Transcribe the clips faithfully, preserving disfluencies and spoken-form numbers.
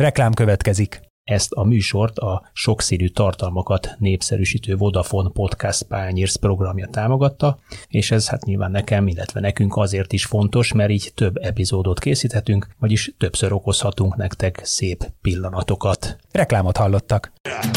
Reklám következik. Ezt a műsort a sokszínű tartalmakat népszerűsítő Vodafone Podcast Pioneers programja támogatta, és ez hát nyilván nekem, illetve nekünk azért is fontos, mert így több epizódot készíthetünk, vagyis többször okozhatunk nektek szép pillanatokat. Reklámot hallottak.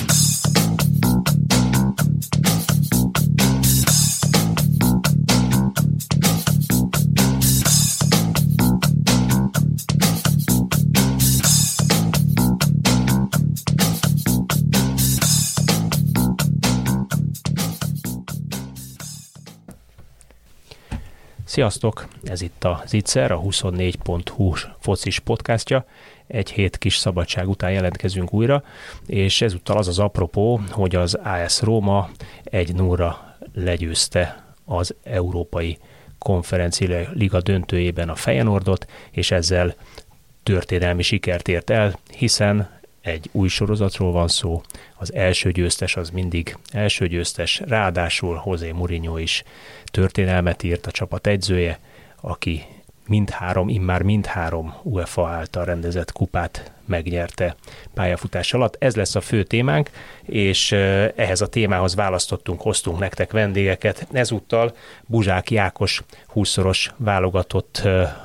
Sziasztok! Ez itt a Zicser, a huszonnégy pont hu focis podcastja. Egy hét kis szabadság után jelentkezünk újra, és ezúttal az az apropó, hogy az á es Róma egy nullra legyőzte az Európai Konferencia Liga döntőjében a Feyenoordot, és ezzel történelmi sikert ért el, hiszen egy új sorozatról van szó, az első győztes az mindig első győztes, ráadásul José Mourinho is történelmet írt, a csapat egyzője, aki mindhárom, immár mindhárom UEFA által rendezett kupát megnyerte pályafutás alatt. Ez lesz a fő témánk, és ehhez a témához választottunk, hoztunk nektek vendégeket. Ezúttal Buzsák Jákos húszszoros válogatott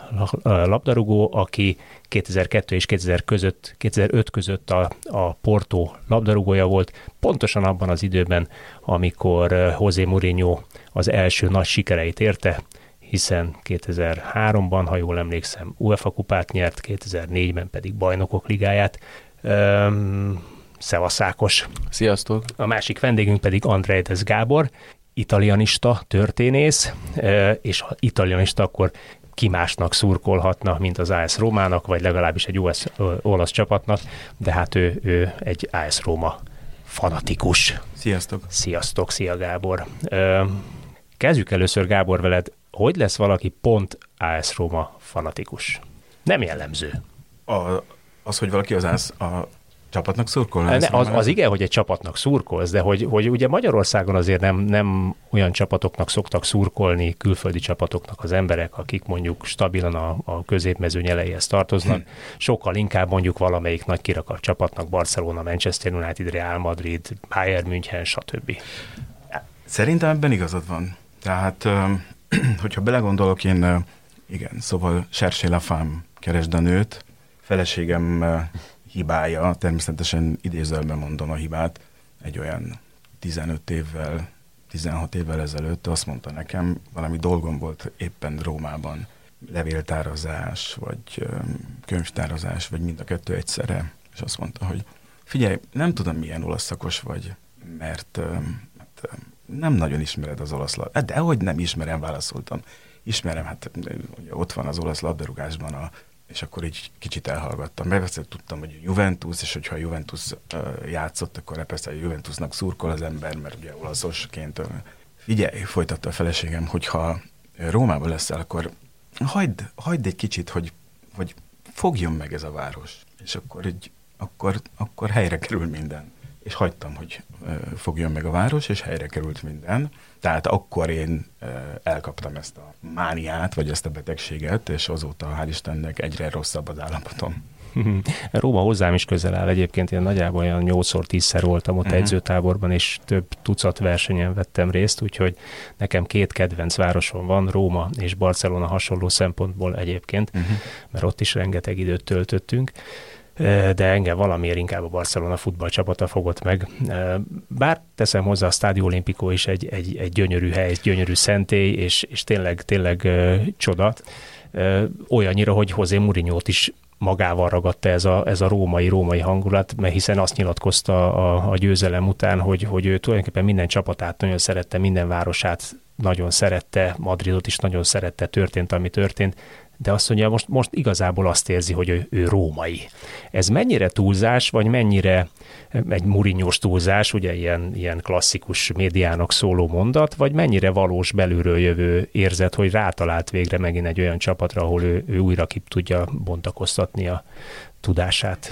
labdarúgó, aki kétezer-kettő és kétezer között, kétezer-öt között a, a Porto labdarúgója volt, pontosan abban az időben, amikor José Mourinho az első nagy sikereit érte, hiszen kétezer-háromban, ha jól emlékszem, UEFA kupát nyert, kétezer-négyben pedig Bajnokok Ligáját. Üm, Szevasz Ákos! Sziasztok! A másik vendégünk pedig Andrédes Gábor, italianista történész, és ha italianista, akkor ki másnak szurkolhatna, mint az á es Rómának, vagy legalábbis egy u es, olasz csapatnak, de hát ő, ő egy á es Róma fanatikus. Sziasztok! Sziasztok, szia Gábor! Kezdjük először, Gábor, veled. Hogy lesz valaki pont á es Róma fanatikus? Nem jellemző. A, az, hogy valaki az ász a csapatnak szurkol? Ne, az, az igen, hogy egy csapatnak szurkolsz, de hogy, hogy ugye Magyarországon azért nem, nem olyan csapatoknak szoktak szurkolni, külföldi csapatoknak az emberek, akik mondjuk stabilan a, a középmezőny elejéhez tartoznak. Hm. Sokkal inkább mondjuk valamelyik nagy kirakat csapatnak, Barcelona, Manchester United, Real Madrid, Bayern München, stb. Szerintem ebben igazad van. Tehát, hogyha belegondolok, én igen, szóval Cherchez la femme, keresd a nőt, feleségem hibája, természetesen idézőjelben mondom a hibát, egy olyan tizenöt évvel, tizenhat évvel ezelőtt azt mondta nekem, valami dolgom volt éppen Rómában, levéltározás, vagy könyvtározás, vagy mind a kettő egyszerre, és azt mondta, hogy figyelj, nem tudom, milyen olasz szakos vagy, mert, mert nem nagyon ismered az olasz labdarúgást. De hogy nem ismerem, válaszoltam. Ismerem, hát ugye ott van az olasz labdarúgásban, a, és akkor így kicsit elhallgattam. Mert persze tudtam, hogy a Juventus, és hogyha a Juventus uh, játszott, akkor persze a Juventusnak szurkol az ember, mert ugye olaszosként. Uh, figyelj, folytatta a feleségem, hogyha Rómában leszel, akkor hagyd, hagyd egy kicsit, hogy, hogy fogjon meg ez a város. És akkor, így, akkor, akkor helyre kerül minden. És hagytam, hogy uh, fogjon meg a város, és helyre került minden. Tehát akkor én uh, elkaptam ezt a mániát, vagy ezt a betegséget, és azóta, hál' Istennek, egyre rosszabb az állapotom. Róma hozzám is közel áll egyébként, én nagyjából olyan nyolcszor tízszer voltam ott uh-huh. edzőtáborban, és több tucat versenyen vettem részt, úgyhogy nekem két kedvenc városom van, Róma és Barcelona hasonló szempontból egyébként, uh-huh. mert ott is rengeteg időt töltöttünk. De engem valamiért inkább a Barcelona futballcsapata fogott meg. Bár teszem hozzá, a Stadio Olimpico is egy, egy, egy gyönyörű hely, egy gyönyörű szentély, és, és tényleg, tényleg uh, csoda. Uh, olyannyira, hogy José Mourinhót is magával ragadta ez a, ez a római, római hangulat, mert hiszen azt nyilatkozta a, a győzelem után, hogy, hogy ő tulajdonképpen minden csapatát nagyon szerette, minden városát nagyon szerette, Madridot is nagyon szerette, történt, ami történt, de azt mondja, most, most igazából azt érzi, hogy ő, ő római. Ez mennyire túlzás, vagy mennyire egy Mourinhós túlzás, ugye ilyen, ilyen klasszikus médiának szóló mondat, vagy mennyire valós belülről jövő érzet, hogy rátalált végre megint egy olyan csapatra, ahol ő, ő újra ki tudja bontakoztatni a tudását?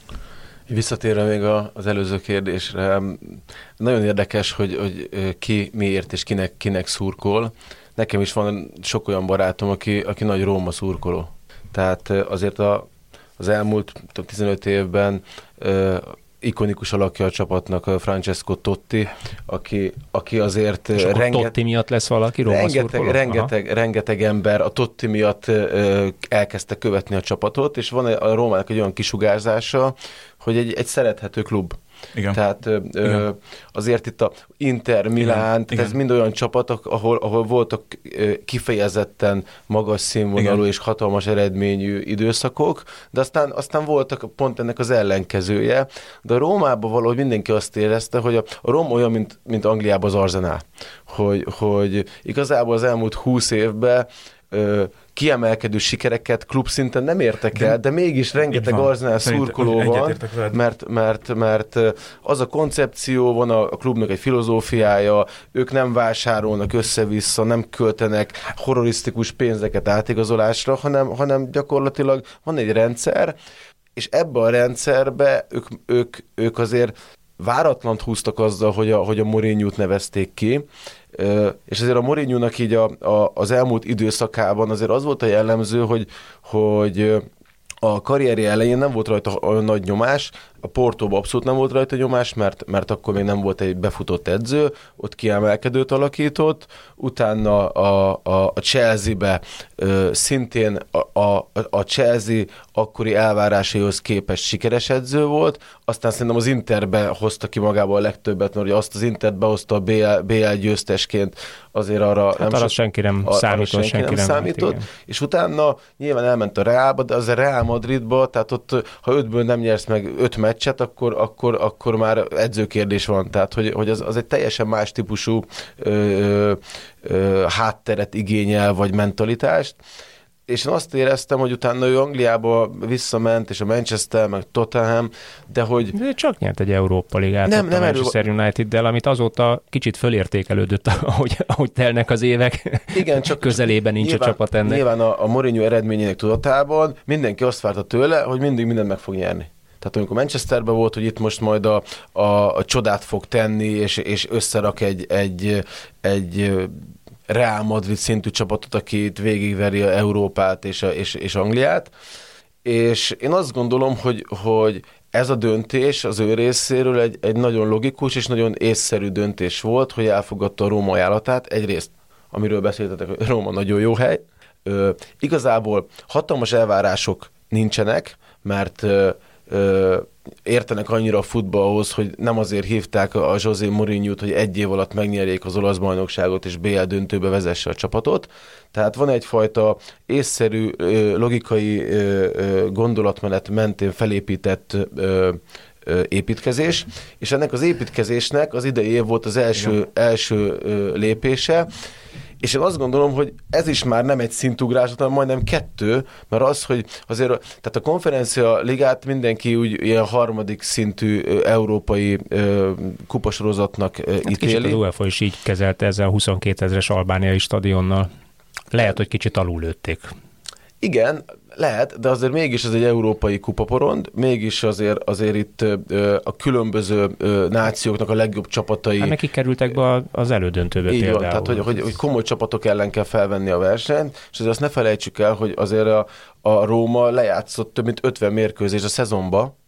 Visszatérve még az előző kérdésre, nagyon érdekes, hogy, hogy ki miért és kinek, kinek szurkol. Nekem is van sok olyan barátom, aki, aki nagy Róma szurkoló. Tehát azért a az elmúlt tizenöt évben ikonikus alakja a csapatnak Francesco Totti, aki, aki azért... És akkor renget... Totti miatt lesz valaki Róma rengeteg, szurkoló? rengeteg, rengeteg ember a Totti miatt ö, elkezdte követni a csapatot, és van a Rómának egy olyan kisugárzása, hogy egy, egy szerethető klub. Igen. Tehát ö, azért itt a Inter, Milán, tehát ez mind olyan csapatok, ahol, ahol voltak kifejezetten magas színvonalú Igen. és hatalmas eredményű időszakok, de aztán, aztán voltak pont ennek az ellenkezője. De a Rómában valahogy mindenki azt érezte, hogy a, a Róm olyan, mint, mint Angliában az Arsenal, hogy, hogy igazából az elmúlt húsz évben ö, kiemelkedő sikereket klubszinten nem értek el, de mégis rengeteg Arsenal szurkoló van, mert, mert, mert az a koncepció van, a klubnak egy filozófiája, ők nem vásárolnak össze-vissza, nem költenek horrorisztikus pénzeket átigazolásra, hanem, hanem gyakorlatilag van egy rendszer, és ebbe a rendszerbe ők, ők, ők azért váratlant húztak azzal, hogy a, hogy a Mourinho-t nevezték ki, és azért a Mourinho-nak így a, a, az elmúlt időszakában azért az volt a jellemző, hogy, hogy a karrierje elején nem volt rajta olyan nagy nyomás, a Portóban abszolút nem volt rajta nyomás, mert, mert akkor még nem volt egy befutott edző, ott kiemelkedőt alakított, utána a, a, a Chelsea-be ö, szintén a, a, a Chelsea akkori elvárásaihoz képest sikeres edző volt, aztán szerintem az Interbe hozta ki magából a legtöbbet, mert azt az Intert behozta a bé el, bé el győztesként, azért arra hát nem, arra senki nem a, számított, senki, senki nem, nem számított, hát és utána nyilván elment a Realba, de az a Real Madridba, tehát ott, ha ötből nem nyersz meg öt meccset, akkor, akkor, akkor már edzőkérdés van, tehát hogy, hogy az, az egy teljesen más típusú ö, ö, ö, hátteret igényel, vagy mentalitást, és én azt éreztem, hogy utána ő Angliába visszament, és a Manchester, meg Tottenham, de hogy... De csak nyert egy Európa Ligát nem, a nem Manchester erről... United-del, amit azóta kicsit fölértékelődött, ahogy, ahogy telnek az évek. Igen, csak közelében nincs nyilván, a csapat ennek. Nyilván a, a Mourinho eredményének tudatában mindenki azt várta tőle, hogy mindig mindent meg fog nyerni. Tehát amikor Manchesterben volt, hogy itt most majd a, a, a csodát fog tenni, és, és összerak egy, egy, egy Real Madrid szintű csapatot, aki itt végigveri a Európát és, a, és, és Angliát. És én azt gondolom, hogy, hogy ez a döntés az ő részéről egy, egy nagyon logikus és nagyon észszerű döntés volt, hogy elfogadta a Róma ajánlatát. Egyrészt, amiről beszéltetek, hogy Róma nagyon jó hely. Ö, igazából hatalmas elvárások nincsenek, mert ö, Ö, értenek annyira a futballhoz, hogy nem azért hívták a José Mourinho-t, hogy egy év alatt megnyerjék az olasz bajnokságot és bé el döntőbe vezesse a csapatot. Tehát van egyfajta észszerű, ö, logikai ö, ö, gondolatmenet mentén felépített ö, ö, építkezés, és ennek az építkezésnek az idei év volt az első, első ö, lépése, és én azt gondolom, hogy ez is már nem egy szintugrás, hanem majdnem kettő, mert az, hogy azért, tehát a konferencia ligát mindenki úgy ilyen harmadik szintű európai ö, kupasorozatnak ö, hát ítéli. Kicsit az UEFA is így kezelte ezzel a huszonkétezres albániai stadionnal. Lehet, hogy kicsit alulőtték. Igen, lehet, de azért mégis ez egy európai kupaporond, mégis azért, azért itt ö, a különböző ö, nációknak a legjobb csapatai... Hát nekik kerültek be az elődöntőbe így például. Van, tehát hogy, hogy, hogy komoly csapatok ellen kell felvenni a versenyt, és azért azt ne felejtsük el, hogy azért a, a Róma lejátszott több mint ötven mérkőzés a szezonba,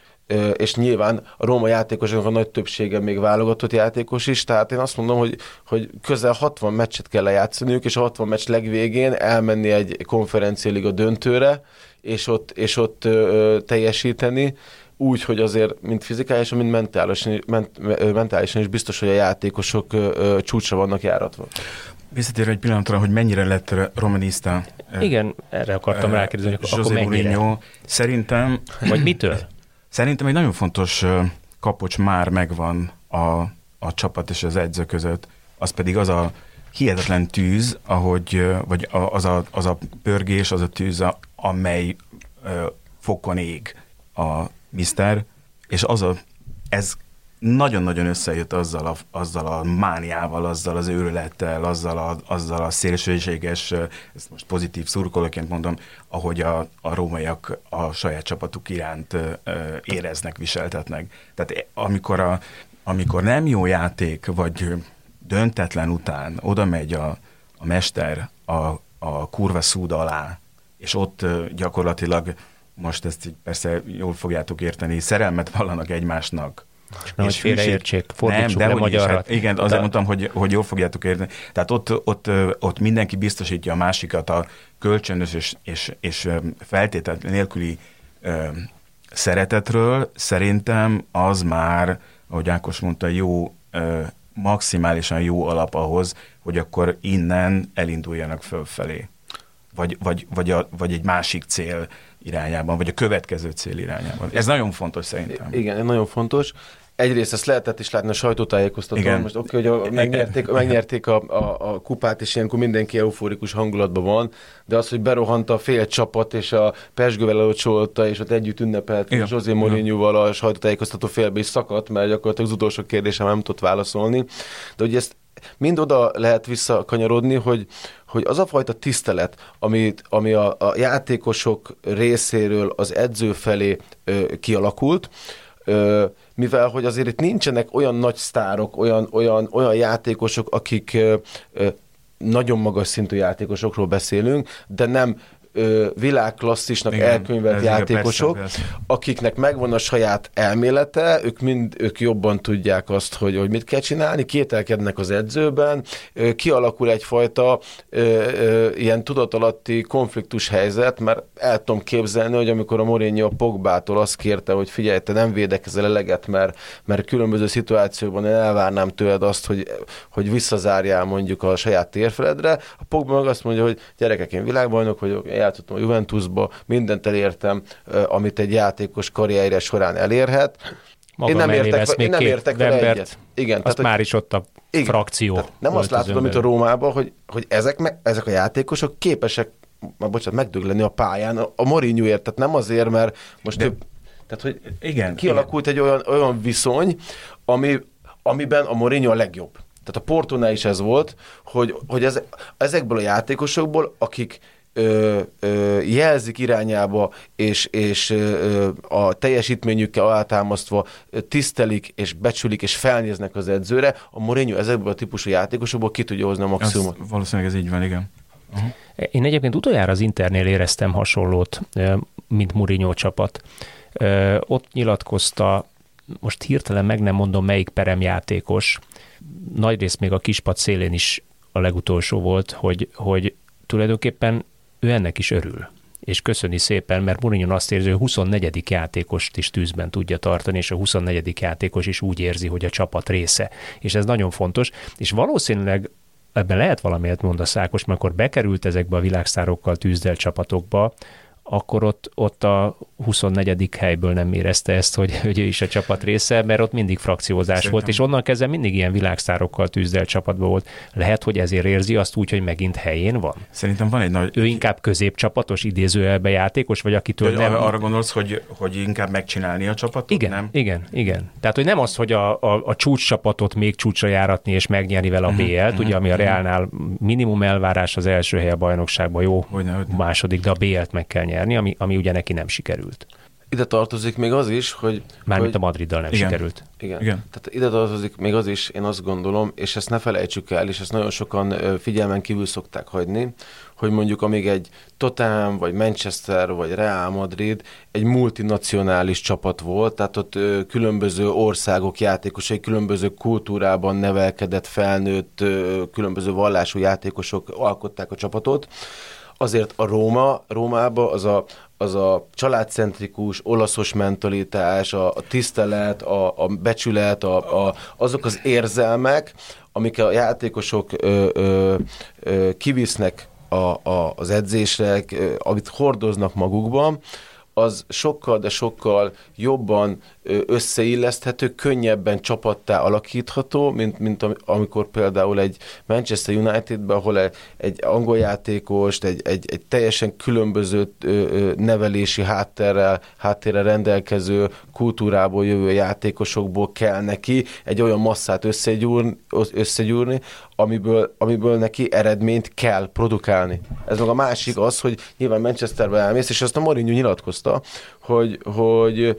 és nyilván a Róma játékosoknak a nagy többsége még válogatott játékos is, tehát én azt mondom, hogy, hogy közel hatvan meccset kell lejátszaniuk, és a hatvan meccs legvégén elmenni egy konferencialiga döntőre, és ott, és ott ö, teljesíteni, úgy, hogy azért mind fizikálisan, mind mentálisan, ment, mentálisan is biztos, hogy a játékosok ö, ö, csúcsra vannak járatva. Visszatérve egy pillanatra, hogy mennyire lett romanista. Igen, erre akartam uh, rákérdezni, hogy akkor mennyire. Mourinho, szerintem... Vagy mitől? Szerintem egy nagyon fontos kapocs már megvan a, a csapat és az edző között, az pedig az a hihetetlen tűz, ahogy, vagy az a, az a pörgés, az a tűz, amely fokon ég a miszter, és az a, ez nagyon-nagyon összejött azzal a, azzal a mániával, azzal az őrülettel, azzal a, azzal a szélsőséges, ezt most pozitív szurkolóként mondom, ahogy a, a rómaiak a saját csapatuk iránt ö, éreznek, viseltetnek. Tehát amikor, a, amikor nem jó játék, vagy döntetlen után oda megy a, a mester a, a kurva szúd alá, és ott ö, gyakorlatilag most ezt így persze jól fogjátok érteni, szerelmet vallanak egymásnak. Nem, hogy félreértsék, fordítsuk le magyarra. Hát igen, azért de... mondtam, hogy, hogy jól fogjátok érteni. Tehát ott, ott, ott mindenki biztosítja a másikat a kölcsönös és, és, és feltétel nélküli ö, szeretetről. Szerintem az már, ahogy Ákos mondta, jó, ö, maximálisan jó alap ahhoz, hogy akkor innen elinduljanak fölfelé. Vagy, vagy, vagy, a, vagy egy másik cél irányában, vagy a következő cél irányában. Ez nagyon fontos szerintem. Igen, nagyon fontos. Egyrészt ezt lehetett is látni a sajtótájékoztatón. Most oké, okay, hogy a, megnyerték, megnyerték a, a, a kupát, és ilyenkor mindenki euforikus hangulatban van, de az, hogy berohant a fél csapat, és a Pezsgővel elocsolta, és ott együtt ünnepelt, és José Mourinhoval a sajtótájékoztató félbe is szakadt, mert gyakorlatilag az utolsó kérdésem nem tudott válaszolni. De ugye ezt mind oda lehet visszakanyarodni, hogy, hogy az a fajta tisztelet, amit, ami a, a játékosok részéről az edző felé ö, kialakult, ö, mivel hogy azért itt nincsenek olyan nagy sztárok, olyan, olyan, olyan játékosok, akik ö, ö, nagyon magas szintű játékosokról beszélünk, de nem világklasszisnak igen, elkönyvelt játékosok, persze, persze. akiknek megvan a saját elmélete, ők mind ők jobban tudják azt, hogy, hogy mit kell csinálni, kételkednek az edzőben, kialakul egyfajta ö, ö, ilyen tudatalatti konfliktus helyzet, mert el tudom képzelni, hogy amikor a Mourinho a Pogbától azt kérte, hogy figyelj, te nem védekezel eleget, mert, mert különböző szituációkban én elvárnám tőled azt, hogy, hogy visszazárjál mondjuk a saját térfeledre, a Pogba meg azt mondja, hogy gyerekek, én világbajnok vagyok, játszottam a Juventusba, mindent elértem, amit egy játékos karrierje során elérhet. Maga én nem értek, én nem értek vele egyet. Igen, azt tehát, már is ott a igen, frakció. Nem azt látod, mint a Rómában, hogy, hogy ezek, me, ezek a játékosok képesek, már bocsánat, megdögleni a pályán a, a Mourinhoért, tehát nem azért, mert most De, több, tehát hogy igen, kialakult igen. egy olyan, olyan viszony, ami, amiben a Mourinho a legjobb. Tehát a Portónál is ez volt, hogy, hogy ez, ezekből a játékosokból, akik Ö, ö, jelzik irányába, és, és ö, a teljesítményükkel alátámasztva tisztelik, és becsülik, és felnéznek az edzőre, a Mourinho ezekből a típusú játékosokból ki tudja hozni a maximumot. Az, valószínűleg ez így van, igen. Uh-huh. Én egyébként utoljára az Internél éreztem hasonlót, mint Mourinho csapat. Ott nyilatkozta, most hirtelen meg nem mondom, melyik peremjátékos, nagyrészt még a kispad szélén is a legutolsó volt, hogy, hogy tulajdonképpen ő ennek is örül. És köszöni szépen, mert Mourinho azt érzi, hogy a huszonnegyedik játékost is tűzben tudja tartani, és a huszonnegyedik játékos is úgy érzi, hogy a csapat része. És ez nagyon fontos, és valószínűleg ebben lehet valamiért mondasz Ákos, mert akkor bekerült ezekbe a világsztárokkal tűzdelt csapatokba, akkor ott, ott a huszonnegyedik helyből nem érezte ezt, hogy, hogy ő is a csapat része, mert ott mindig frakciózás Szerintem. volt, és onnan kezdve mindig ilyen világsztárokkal tűzdelt csapatban volt. Lehet, hogy ezért érzi azt úgy, hogy megint helyén van? Szerintem van egy nagy... Ő inkább középcsapatos, idézőjelbe játékos, vagy akitől de nem... Arra gondolsz, hogy, hogy inkább megcsinálni a csapatot, igen, nem? Igen, igen. Tehát, hogy nem az, hogy a, a, a csúcs csapatot még csúcsra járatni és megnyerni vele a uh-huh, bé el-t, uh-huh, ugye, ami a Reálnál minimum elvárás az első hely a bajnokságban, jó, hogyne, hogyne. második, de a bé el-t meg kell nyerni, ami, ami ugye neki nem sikerült. Ide tartozik még az is, hogy... Mármint hogy, a Madriddal nem igen, sikerült. Igen. igen. Tehát ide tartozik még az is, én azt gondolom, és ezt ne felejtsük el, és ezt nagyon sokan figyelmen kívül szokták hagyni, hogy mondjuk amíg egy Tottenham, vagy Manchester, vagy Real Madrid egy multinacionális csapat volt, tehát ott különböző országok játékosai, különböző kultúrában nevelkedett, felnőtt, különböző vallású játékosok alkották a csapatot. Azért a Róma, Rómába az a, az a családcentrikus, olaszos mentalitás, a, a tisztelet, a, a becsület, a, a, azok az érzelmek, amik a játékosok ö, ö, ö, kivisznek a, a, az edzésre, ö, amit hordoznak magukban, az sokkal, de sokkal jobban összeilleszthető, könnyebben csapattá alakítható, mint, mint amikor például egy Manchester Unitedben, ahol egy angol játékost, egy, egy, egy teljesen különböző nevelési háttérrel, háttérrel rendelkező kultúrából jövő játékosokból kell neki egy olyan masszát összegyúrni, összegyúrni amiből, amiből neki eredményt kell produkálni. Ez meg a másik az, hogy nyilván Manchesterbe elmész, és azt a Mourinho nyilatkozta, hogy, hogy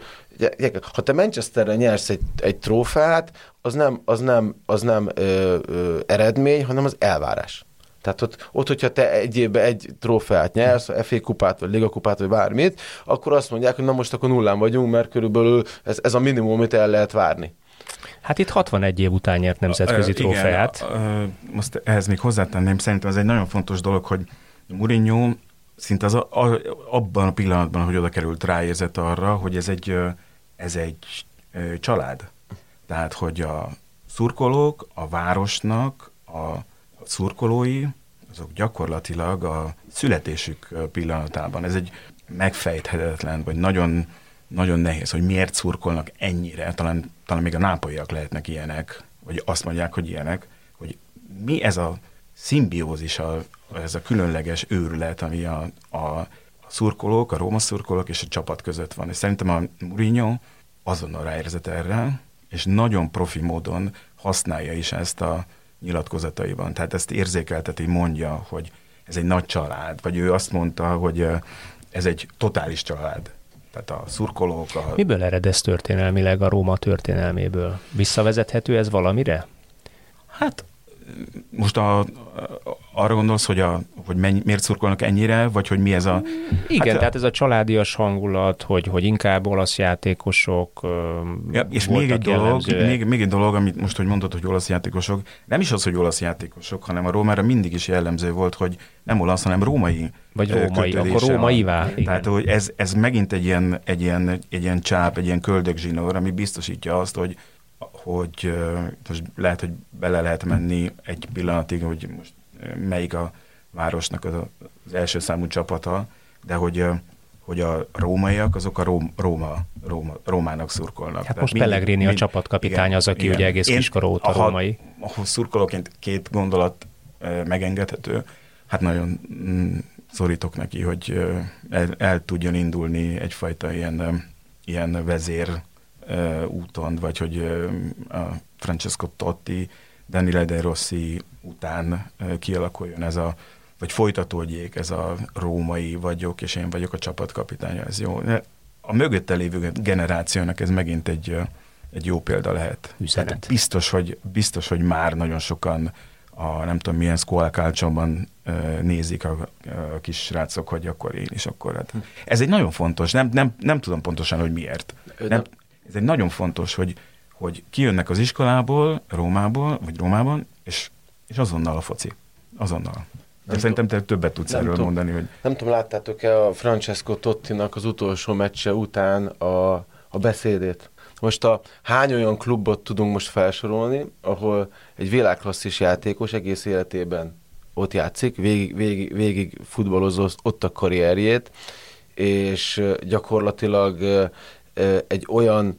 ha te Manchesterre nyersz egy, egy trófeát, az nem, az nem, az nem ö, ö, eredmény, hanem az elvárás. Tehát ott, ott hogyha te egy évben egy trófeát nyersz, ef á kupát, vagy Liga kupát, vagy bármit, akkor azt mondják, hogy na most akkor nullán vagyunk, mert körülbelül ez, ez a minimum, amit el lehet várni. Hát itt hatvanegy év után nyert nemzetközi uh, trófeát. Igen, uh, most ehhez még hozzátenném, szerintem ez egy nagyon fontos dolog, hogy Mourinho szinte az a, a, abban a pillanatban, hogy oda került, ráérzett arra, hogy ez egy, ez egy család. Tehát, hogy a szurkolók, a városnak, a szurkolói, azok gyakorlatilag a születésük pillanatában. Ez egy megfejthetetlen, vagy nagyon, nagyon nehéz, hogy miért szurkolnak ennyire, talán, talán még a nápolyiak lehetnek ilyenek, vagy azt mondják, hogy ilyenek, hogy mi ez a szimbiózis, a, ez a különleges őrület, ami a, a szurkolók, a Róma szurkolók és a csapat között van. És szerintem a Mourinho azonnal ráérzett erre, és nagyon profi módon használja is ezt a nyilatkozataiban. Tehát ezt érzékelteti, mondja, hogy ez egy nagy család, vagy ő azt mondta, hogy ez egy totális család. Tehát a szurkolók... A... Miből ered ez történelmileg a Róma történelméből? Visszavezethető ez valamire? Hát most a, arra gondolsz, hogy, a, hogy mennyi, miért szurkolnak ennyire, vagy hogy mi ez a... Igen, hát, tehát ez a családias hangulat, hogy, hogy inkább olasz játékosok ja, és még egy, dolog, még, még egy dolog, amit most, hogy mondod, hogy olasz játékosok, nem is az, hogy olasz játékosok, hanem a Rómára mindig is jellemző volt, hogy nem olasz, hanem római vagy római, akkor rómaivá. Tehát, hogy ez, ez megint egy ilyen, egy, ilyen, egy ilyen csáp, egy ilyen köldögzsinór, ami biztosítja azt, hogy hogy most lehet, hogy bele lehet menni egy pillanatig, hogy most melyik a városnak az, az első számú csapata, de hogy, hogy a rómaiak, azok a Róm, Róma, Róma, Rómának szurkolnak. Hát tehát most mind, Pellegrini mind, a csapatkapitány igen, az, aki igen. ugye egész kiskor óta ha, római. Ahhoz szurkolóként két gondolat megengedhető, hát nagyon mm, szorítok neki, hogy el, el tudjon indulni egyfajta ilyen, ilyen vezér Uh, úton, vagy hogy uh, a Francesco Totti, Daniele De Rossi után uh, kialakuljon ez a, vagy folytatódjék ez a római vagyok, és én vagyok a csapatkapitánya, ez jó. A mögötte lévő generációnak ez megint egy, uh, egy jó példa lehet. Üzenet. Biztos, hogy, biztos, hogy már nagyon sokan a nem tudom milyen Scuola Calcio-ban uh, nézik a, a kis srácok, hogy akkor én is akkor. Hát. Ez egy nagyon fontos, nem, nem, nem tudom pontosan, hogy miért. Nem, Ez egy nagyon fontos, hogy, hogy kijönnek az iskolából, Rómából, vagy Rómában, és, és azonnal a foci. Azonnal. De szerintem te többet tudsz erről tudom, mondani. Hogy... Nem tudom, láttátok-e a Francesco Tottinak az utolsó meccse után a, a beszédét? Most a hány olyan klubot tudunk most felsorolni, ahol egy világklasszis játékos egész életében ott játszik, végig, végig, végig futballozó ott a karrierjét, és gyakorlatilag egy olyan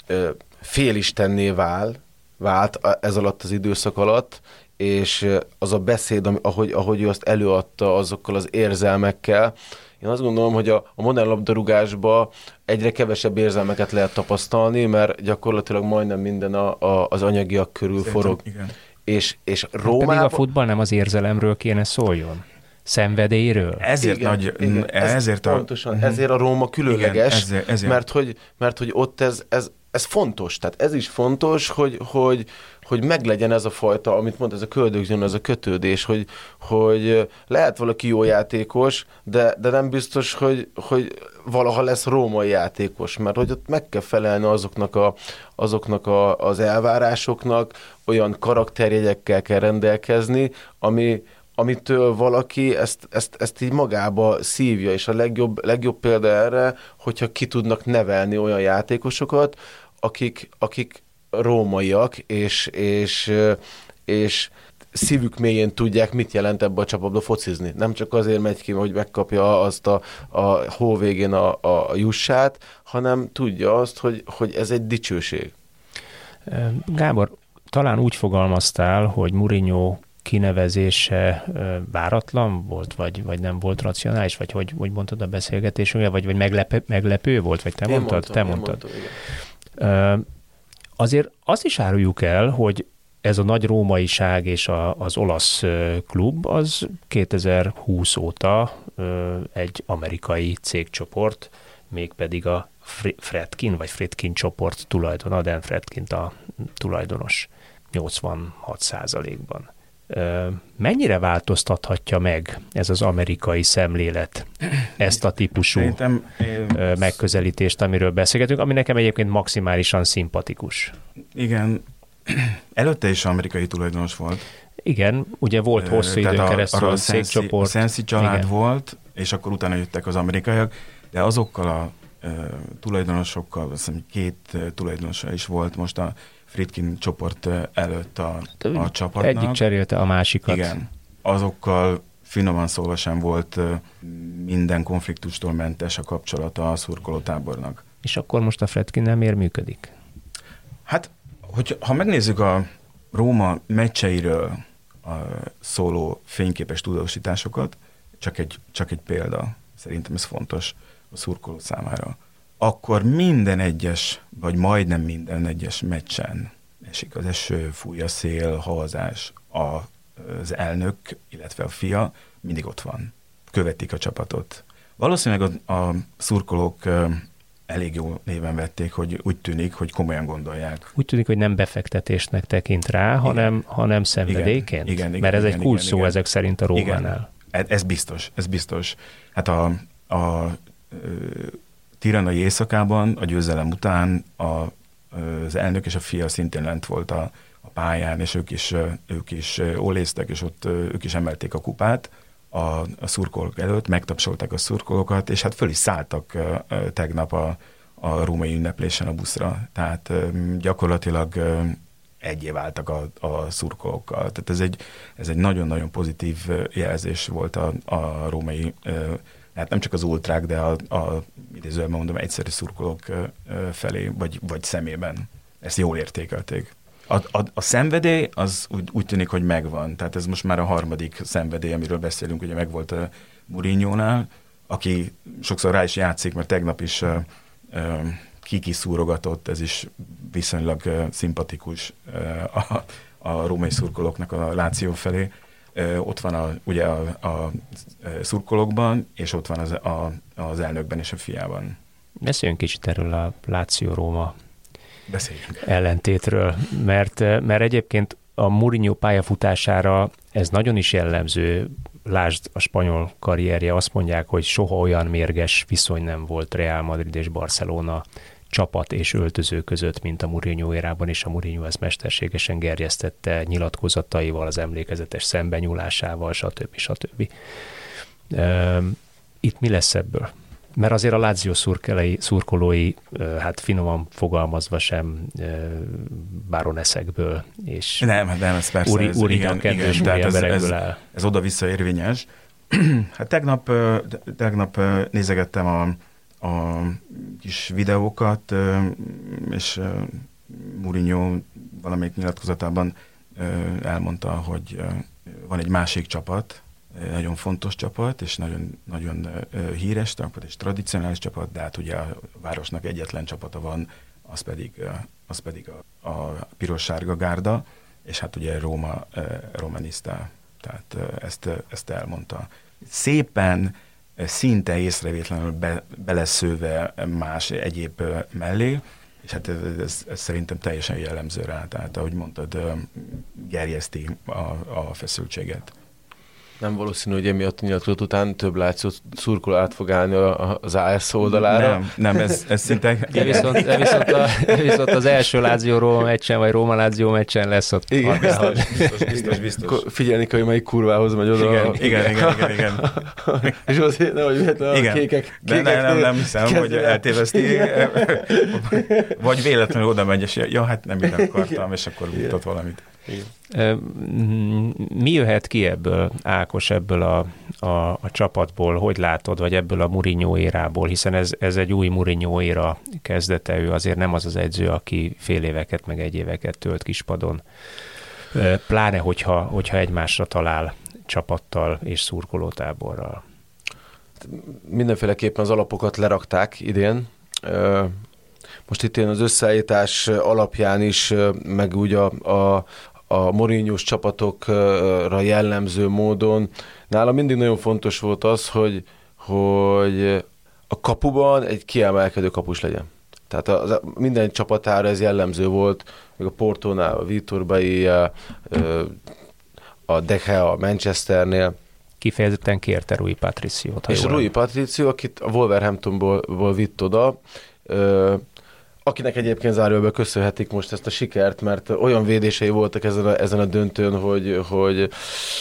félistenné vál, vált ez alatt az időszak alatt, és az a beszéd, ahogy, ahogy ő azt előadta azokkal az érzelmekkel, én azt gondolom, hogy a, a modern labdarúgásban egyre kevesebb érzelmeket lehet tapasztalni, mert gyakorlatilag majdnem minden a, a, az anyagiak körül Szerintem, forog. Igen. És, és Rómában... Pedig a futball nem az érzelemről kéne szóljon. Szenvedélyről? Ezért igen, nagy, igen, ez ezért a... Pontosan, uh-huh. ezért a Róma különleges, igen, ezért, ezért. Mert, hogy, mert hogy ott ez, ez, ez fontos, tehát ez is fontos, hogy, hogy, hogy meglegyen ez a fajta, amit mond, ez a köldögzsön, ez a kötődés, hogy, hogy lehet valaki jó játékos, de, de nem biztos, hogy, hogy valaha lesz római játékos, mert hogy ott meg kell felelni azoknak, a, azoknak a, az elvárásoknak, olyan karakterjegyekkel kell rendelkezni, ami amitől valaki ezt, ezt, ezt így magába szívja, és a legjobb, legjobb példa erre, hogyha ki tudnak nevelni olyan játékosokat, akik, akik rómaiak, és, és, és szívük mélyén tudják, mit jelent ebbe a csapatba focizni. Nem csak azért megy ki, hogy megkapja azt a, a hó végén a, a jussát, hanem tudja azt, hogy, hogy ez egy dicsőség. Gábor, talán úgy fogalmaztál, hogy Mourinho kinevezése váratlan volt, vagy, vagy nem volt racionális, vagy hogy, hogy mondtad a beszélgetésünkre, vagy, vagy meglepő, meglepő volt, vagy te én mondtad? Mondtam, te én mondtad. mondtam, igen. Azért azt is áruljuk el, hogy ez a nagy rómaiság és a, az olasz klub, az kétezer-húsz óta egy amerikai cégcsoport, mégpedig a Fredkin, vagy Friedkin csoport tulajdona, Dan Friedkin a tulajdonos nyolcvanhat százalékban. Mennyire változtathatja meg ez az amerikai szemlélet ezt a típusú Szerintem, én... megközelítést, amiről beszélgetünk, ami nekem egyébként maximálisan szimpatikus. Igen, előtte is amerikai tulajdonos volt. Igen, ugye volt hosszú időn keresztül a cégcsoport. A Sensi család Igen. volt, és akkor utána jöttek az amerikaiak, de azokkal a uh, tulajdonosokkal, azt hiszem két uh, tulajdonosa is volt most a Friedkin csoport előtt a, a csapatnak. Egyik cserélte a másikat. Igen, azokkal finoman szólva sem volt uh, minden konfliktustól mentes a kapcsolata a szurkolótábornak. És akkor most a Friedkinnel miért működik? Hát, hogy, ha megnézzük a Róma meccseiről a szóló fényképes tudósításokat, csak egy, csak egy példa, szerintem ez fontos a szurkoló számára, akkor minden egyes, vagy majdnem minden egyes meccsen esik az eső, fúj a szél, havazás, a, az elnök, illetve a fia mindig ott van, követik a csapatot. Valószínűleg a, a szurkolók elég jó néven vették, hogy úgy tűnik, hogy komolyan gondolják. Úgy tűnik, hogy nem befektetésnek tekint rá, hanem, hanem szenvedélyként? Igen, igen, Mert ez igen, egy kulcs igen, szó igen. ezek szerint a Rómánál. Igen. Ez biztos, ez biztos. Hát a, a, a tiranai éjszakában, a győzelem után a, az elnök és a fia szintén lent volt a, a pályán, és ők is, ők is óléztek, és ott ők is emelték a kupát a, a szurkolók előtt, megtapsolták a szurkolókat, és hát föl is szálltak tegnap a, a római ünneplésen a buszra. Tehát gyakorlatilag egyé váltak a, a szurkolókkal. Tehát ez egy, ez egy nagyon-nagyon pozitív jelzés volt a, a római, hát nem csak az ultrák, de a, a idézőben mondom, egyszerű szurkolók felé, vagy, vagy szemében. Ezt jól értékelték. A, a, a szenvedély az úgy, úgy tűnik, hogy megvan. Tehát ez most már a harmadik szenvedély, amiről beszélünk, ugye megvolt a Mourinhónál, aki sokszor rá is játszik, mert tegnap is uh, uh, kikiszúrogatott, ez is viszonylag uh, szimpatikus uh, a, a római szurkolóknak a Láció felé. Uh, ott van a, ugye a, a szurkolókban, és ott van az, a, az elnökben és a fiában. Beszéljünk kicsit erről a Láció-Róma Beszéljünk. ellentétről, mert, mert egyébként a Mourinho pályafutására ez nagyon is jellemző. Lásd a spanyol karrierje, azt mondják, hogy soha olyan mérges viszony nem volt Real Madrid és Barcelona csapat és öltöző között, mint a Mourinho érában, és a Mourinho ezt mesterségesen gerjesztette nyilatkozataival, az emlékezetes szembenyúlásával, stb. stb. Itt mi lesz ebből? Mert azért a Lazio szurkolói, hát finoman fogalmazva sem bároneszekből, és nem, nem, ez persze, úri, ez, úri igen, kedves igen, ez, ez, áll. ez oda-vissza érvényes. Hát tegnap, tegnap nézegettem a, a kis videókat, és Mourinho valamelyik nyilatkozatában elmondta, hogy van egy másik csapat, nagyon fontos csapat, és nagyon, nagyon híres csapat, és tradicionális csapat, de hát ugye a városnak egyetlen csapata van, az pedig, az pedig a, a piros-sárga gárda, és hát ugye Róma romanista, tehát ezt, ezt elmondta. Szépen, szinte észrevétlenül be, beleszőve más egyéb mellé, és hát ez, ez, ez szerintem teljesen jellemző rá, tehát ahogy mondtad, gerjeszti a, a feszültséget. Nem valószínű, hogy emiatt a nyilatkozat után több Láció szurkoló át fog állni az á es oldalára. Nem, nem, ez, ez szinte... De viszont, de viszont, a, viszont az első Láció-Róma meccsen, vagy Róma-Láció meccsen lesz ott. Igen, biztos, biztos, biztos, biztos. Figyelni kell, hogy melyik kurvához megy oda. Igen, igen, igen, igen, igen. És azért nem, hogy véletlenül a kékek... De nem, nem, nem hiszem, hogy eltéveszti. Vagy véletlenül oda megy, és ja, hát nem így akartam, és akkor mutat valamit. Igen. Mi jöhet ki ebből, Ákos, ebből a, a, a csapatból, hogy látod, vagy ebből a Mourinho érából, hiszen ez, ez egy új Mourinho éra kezdete, ő azért nem az az edző, aki fél éveket, meg egy éveket tölt kispadon. Pláne, hogyha, hogyha egymásra talál csapattal és szurkolótáborral. Mindenféleképpen az alapokat lerakták idén. Most itt én az összeállítás alapján is, meg úgy a, a, a Mourinhós csapatokra jellemző módon. Nálam mindig nagyon fontos volt az, hogy, hogy a kapuban egy kiemelkedő kapus legyen. Tehát az, minden csapatára ez jellemző volt, még a Portónál, a Vitor Bailly, a De Gea a Manchesternél. Kifejezetten kérte Rui Patriciót. És Rui Patricio, akit a Wolverhamptonból vitt oda, ö, akinek egyébként zárójelben köszönhetik most ezt a sikert, mert olyan védései voltak ezen a, ezen a döntőn, hogy, hogy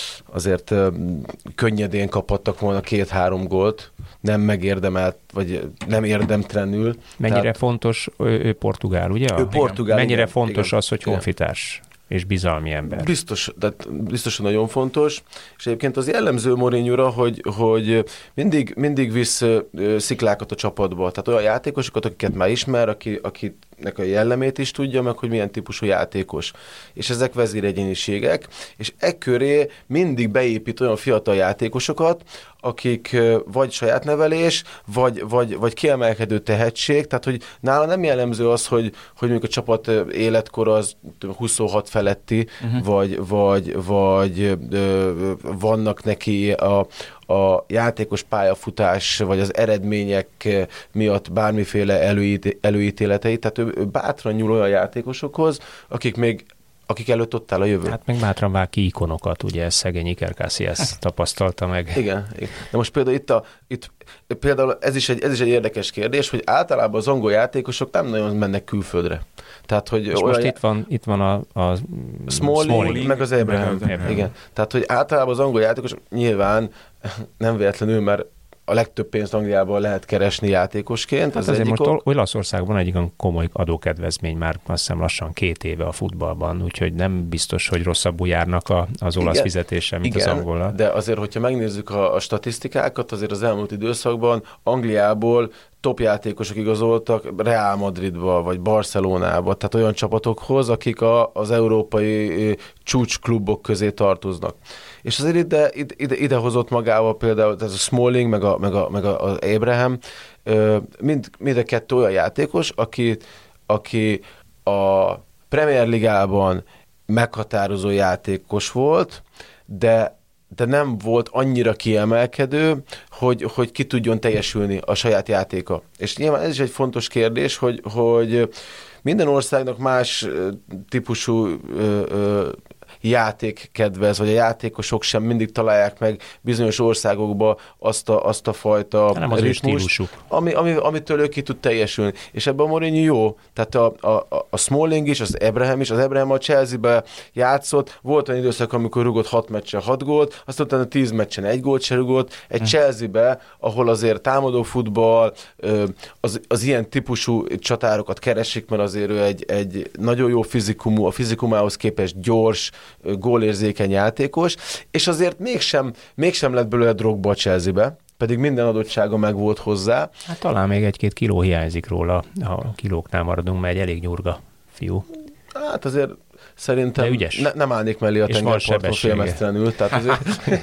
azért ö, könnyedén kaphattak volna két-három gólt, nem megérdemelt, vagy nem érdemtelenül. Mennyire Tehát, fontos, ő, ő portugál, ugye? Ő portugál. Mennyire igen, fontos igen, az, hogy honfitárs és bizalmi ember? Biztos, tehát biztosan nagyon fontos, és egyébként az jellemző Mourinho-ra, hogy, hogy mindig, mindig visz sziklákat a csapatba, tehát olyan játékosokat, akiket már ismer, aki, akinek a jellemét is tudja, meg hogy milyen típusú játékos. És ezek vezéregyéniségek, és e köré mindig beépít olyan fiatal játékosokat, akik vagy saját nevelés, vagy, vagy, vagy kiemelkedő tehetség, tehát hogy nála nem jellemző az, hogy, hogy mondjuk a csapat életkor az huszonhat feletti, uh-huh. vagy, vagy, vagy ö, vannak neki a, a játékos pályafutás, vagy az eredmények miatt bármiféle előít, előítéletei, tehát ő, ő bátran nyúl olyan játékosokhoz, akik még akik előtt ott áll a jövő. Hát meg bátran vág ki ikonokat, ugye ez szegény Iker Casillas tapasztalta meg. Igen, igen. De most például itt, a, itt például ez is, egy, ez is egy érdekes kérdés, hogy általában az angol játékosok nem nagyon mennek külföldre. Tehát, hogy és most já... itt van, itt van a, a Smalling, Smalling, meg az Abraham. Igen. Tehát, hogy általában az angol játékosok nyilván nem véletlenül, mert a legtöbb pénzt Angliában lehet keresni játékosként. Hát az azért most ok. Olaszországban egy olyan komoly adókedvezmény már azt hiszem lassan két éve a futballban, úgyhogy nem biztos, hogy rosszabbul járnak a, az olasz igen, fizetése, mint igen, az angolal. De azért, hogyha megnézzük a, a statisztikákat, azért az elmúlt időszakban Angliából top játékosok igazoltak Real Madridba, vagy Barcelonába, tehát olyan csapatokhoz, akik a, az európai csúcsklubok közé tartoznak. És azért ide, ide, ide hozott magával például ez a Smalling, meg a, meg a, meg a, az Abraham, mind, mind a kettő olyan játékos, aki, aki a Premier Ligában meghatározó játékos volt, de de nem volt annyira kiemelkedő, hogy, hogy ki tudjon teljesülni a saját játéka. És nyilván ez is egy fontos kérdés, hogy, hogy minden országnak más típusú ö, ö, játék kedvez, vagy a játékosok sem mindig találják meg bizonyos országokba azt a, azt a fajta nem az ritmust, ami, ami, amitől ő ki tud teljesülni. És ebben a Mourinho jó. Tehát a, a, a Smalling is, az Abraham is, az Abraham a Chelsea-be játszott, volt olyan időszak, amikor rugott hat meccsen hat gólt, aztán utána tíz meccsen egy gólt se rugott. Egy hm. Chelsea-be, ahol azért támadó futball, az, az ilyen típusú csatárokat keresik, mert azért ő egy, egy nagyon jó fizikumú, a fizikumához képest gyors, gólérzékeny játékos, és azért mégsem, mégsem lett belőle Drogba a Chelsea-be, pedig minden adottsága meg volt hozzá. Hát talán még egy-két kiló hiányzik róla, ha kilóknál maradunk, mert egy elég nyurga fiú. Hát azért szerintem ne, nem állnék mellé a tengerparton félmeztelenül, tehát azért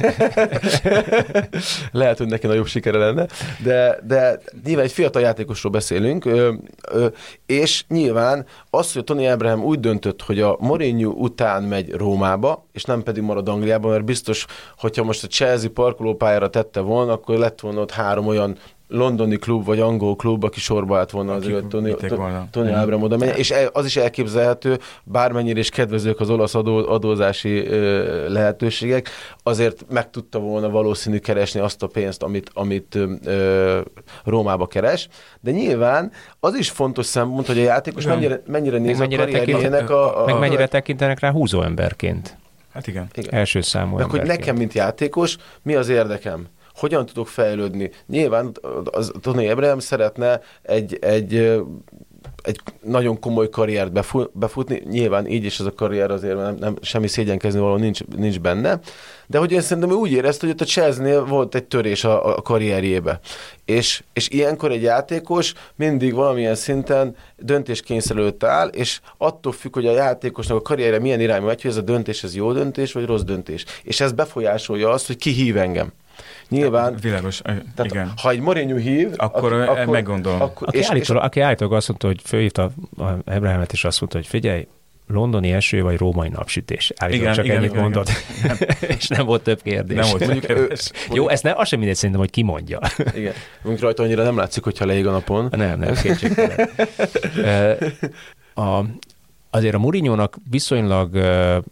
lehet, hogy neki nagyobb sikere lenne, de, de nyilván egy fiatal játékosról beszélünk, ö, ö, és nyilván az, hogy Tony Abraham úgy döntött, hogy a Mourinho után megy Rómába, és nem pedig marad Angliában, mert biztos, hogyha most a Chelsea parkolópályára tette volna, akkor lett volna ott három olyan londoni klub, vagy angol klub, aki sorba állt volna azért, hogy Tony, Tony Abraham oda menjen, és az is elképzelhető, bármennyire is kedvezők az olasz adó, adózási ö, lehetőségek, azért meg tudta volna valószínű keresni azt a pénzt, amit, amit ö, Rómába keres, de nyilván az is fontos szempont, hogy a játékos mennyire, mennyire néz a karrierjének a, a... Meg mennyire tekintenek rá húzó emberként. Hát igen. igen. Első számú meg emberként. Hogy nekem, mint játékos, mi az érdekem? Hogyan tudok fejlődni? Nyilván az Tony Abraham szeretne egy, egy, egy nagyon komoly karriert befutni, nyilván így is ez a karrier azért nem, nem semmi szégyenkezni való nincs, nincs benne, de hogy én szerintem ő úgy érezte, hogy ott a Chelsea-nél volt egy törés a, a karrierjébe. És, és ilyenkor egy játékos mindig valamilyen szinten döntéskényszer előtt áll, és attól függ, hogy a játékosnak a karrierje milyen irányba megy, hogy ez a döntés, ez jó döntés, vagy rossz döntés. És ez befolyásolja azt, hogy ki hív engem. Nyilván, világos, tehát, igen. Ha egy Mourinho hív, akkor, ak- akkor meggondolom. Akkor, aki, és, állítólag, és... aki állítólag azt mondta, hogy fölhívta Abrahamet, és azt mondta, hogy figyelj, londoni eső vagy római napsütés. Állítólag csak igen, ennyit igen, mondott, igen. És nem volt több kérdés. Nem volt mondjuk, ő, Jó, ezt nem, az sem mindegy szerintem, hogy ki mondja. Igen. Mondjuk rajta annyira nem látszik, hogyha leég a napon. Nem, nem, kétségtelen. a, azért a Mourinhónak viszonylag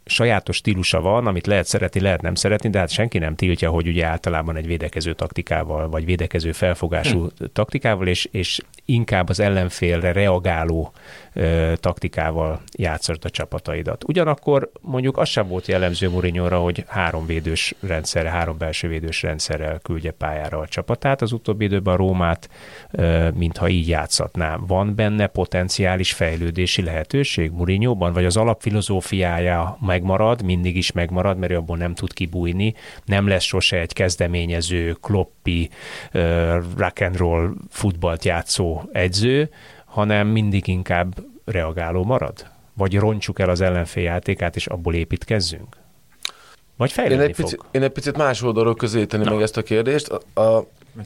sajátos stílusa van, amit lehet szeretni, lehet nem szeretni, de hát senki nem tiltja, hogy ugye általában egy védekező taktikával, vagy védekező felfogású hm. taktikával, és, és inkább az ellenfélre reagáló ö, taktikával játszott a csapataidat. Ugyanakkor mondjuk az sem volt jellemző Mourinhóra, hogy három védős rendszerre, három belső védős rendszerrel küldje pályára a csapatát. Az utóbbi időben a Rómát, ö, mintha így játszatná. Van benne potenciális fejlődési lehetőség Mourinhóban, vagy az alapfilozófiája megmarad, mindig is megmarad, mert abból nem tud kibújni, nem lesz sose egy kezdeményező, kloppi, uh, rock and roll futballt játszó egyző, hanem mindig inkább reagáló marad? Vagy roncsuk el az ellenfél játékát, és abból építkezzünk? Vagy fejlődni én egy fog? Picit, én egy picit más oldalról közelíteni no. meg ezt a kérdést. A, a,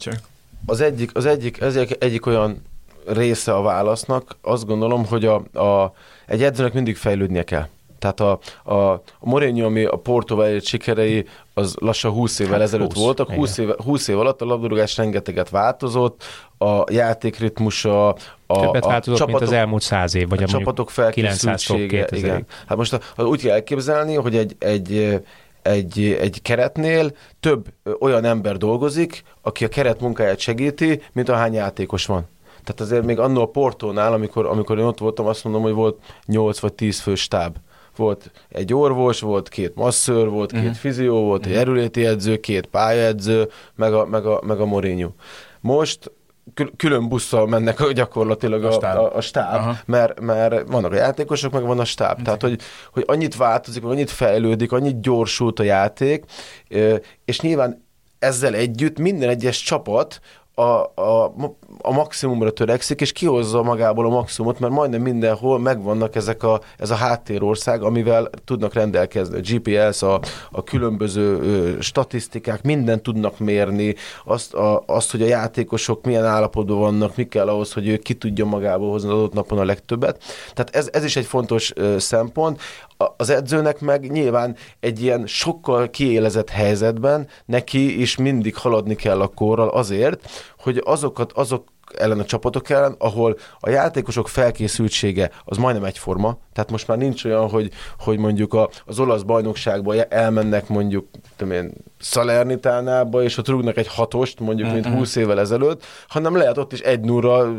az egyik, az egyik, ez egyik, egyik olyan része a válasznak, azt gondolom, hogy a, a, egy edzőnek mindig fejlődnie kell. Tehát a, a, a Mourinho, ami a Portóval elért sikerei, az lassan húsz évvel hát ezelőtt húsz, voltak. húsz év, húsz év alatt a labdarúgás rengeteget változott, a játékritmusa, a, Többet a változott, csapatok, mint az elmúlt száz év, vagy a csapatok felkészültsége. Igen. Hát most a, úgy kell elképzelni, hogy egy, egy, egy, egy keretnél több olyan ember dolgozik, aki a keret munkáját segíti, mint ahány játékos van. Tehát azért még annól a Portónál, amikor, amikor én ott voltam, azt mondom, hogy volt nyolc vagy tíz fő stáb. Volt egy orvos, volt két masszőr, volt két uh-huh. fizió, volt uh-huh. egy erőléti edző, két pályaedző, meg a, meg a, meg a Mourinho. Most külön busszal mennek gyakorlatilag a, a stáb, a, a stáb mert, mert vannak a játékosok, meg van a stáb. Uh-huh. Tehát, hogy, hogy annyit változik, annyit fejlődik, annyit gyorsult a játék, és nyilván ezzel együtt minden egyes csapat A, a, a maximumra törekszik, és kihozza magából a maximumot, mert majdnem mindenhol megvannak ezek a, ez a háttérország, amivel tudnak rendelkezni. A gé pé es, a, a különböző ö, statisztikák, mindent tudnak mérni, azt, a, azt, hogy a játékosok milyen állapotban vannak, mi kell ahhoz, hogy ő ki tudja magából hozni az adott napon a legtöbbet. Tehát ez, ez is egy fontos ö, szempont. Az edzőnek meg nyilván egy ilyen sokkal kiélezett helyzetben neki is mindig haladni kell a korral azért, hogy azokat, azok ellen a csapatok ellen, ahol a játékosok felkészültsége az majdnem egyforma, tehát most már nincs olyan, hogy, hogy mondjuk a, az olasz bajnokságba elmennek mondjuk tudom én, Salernitánába, és ott rúgnak egy hatost, mondjuk, mm-hmm. mint húsz évvel ezelőtt, hanem lehet ott is egy nulla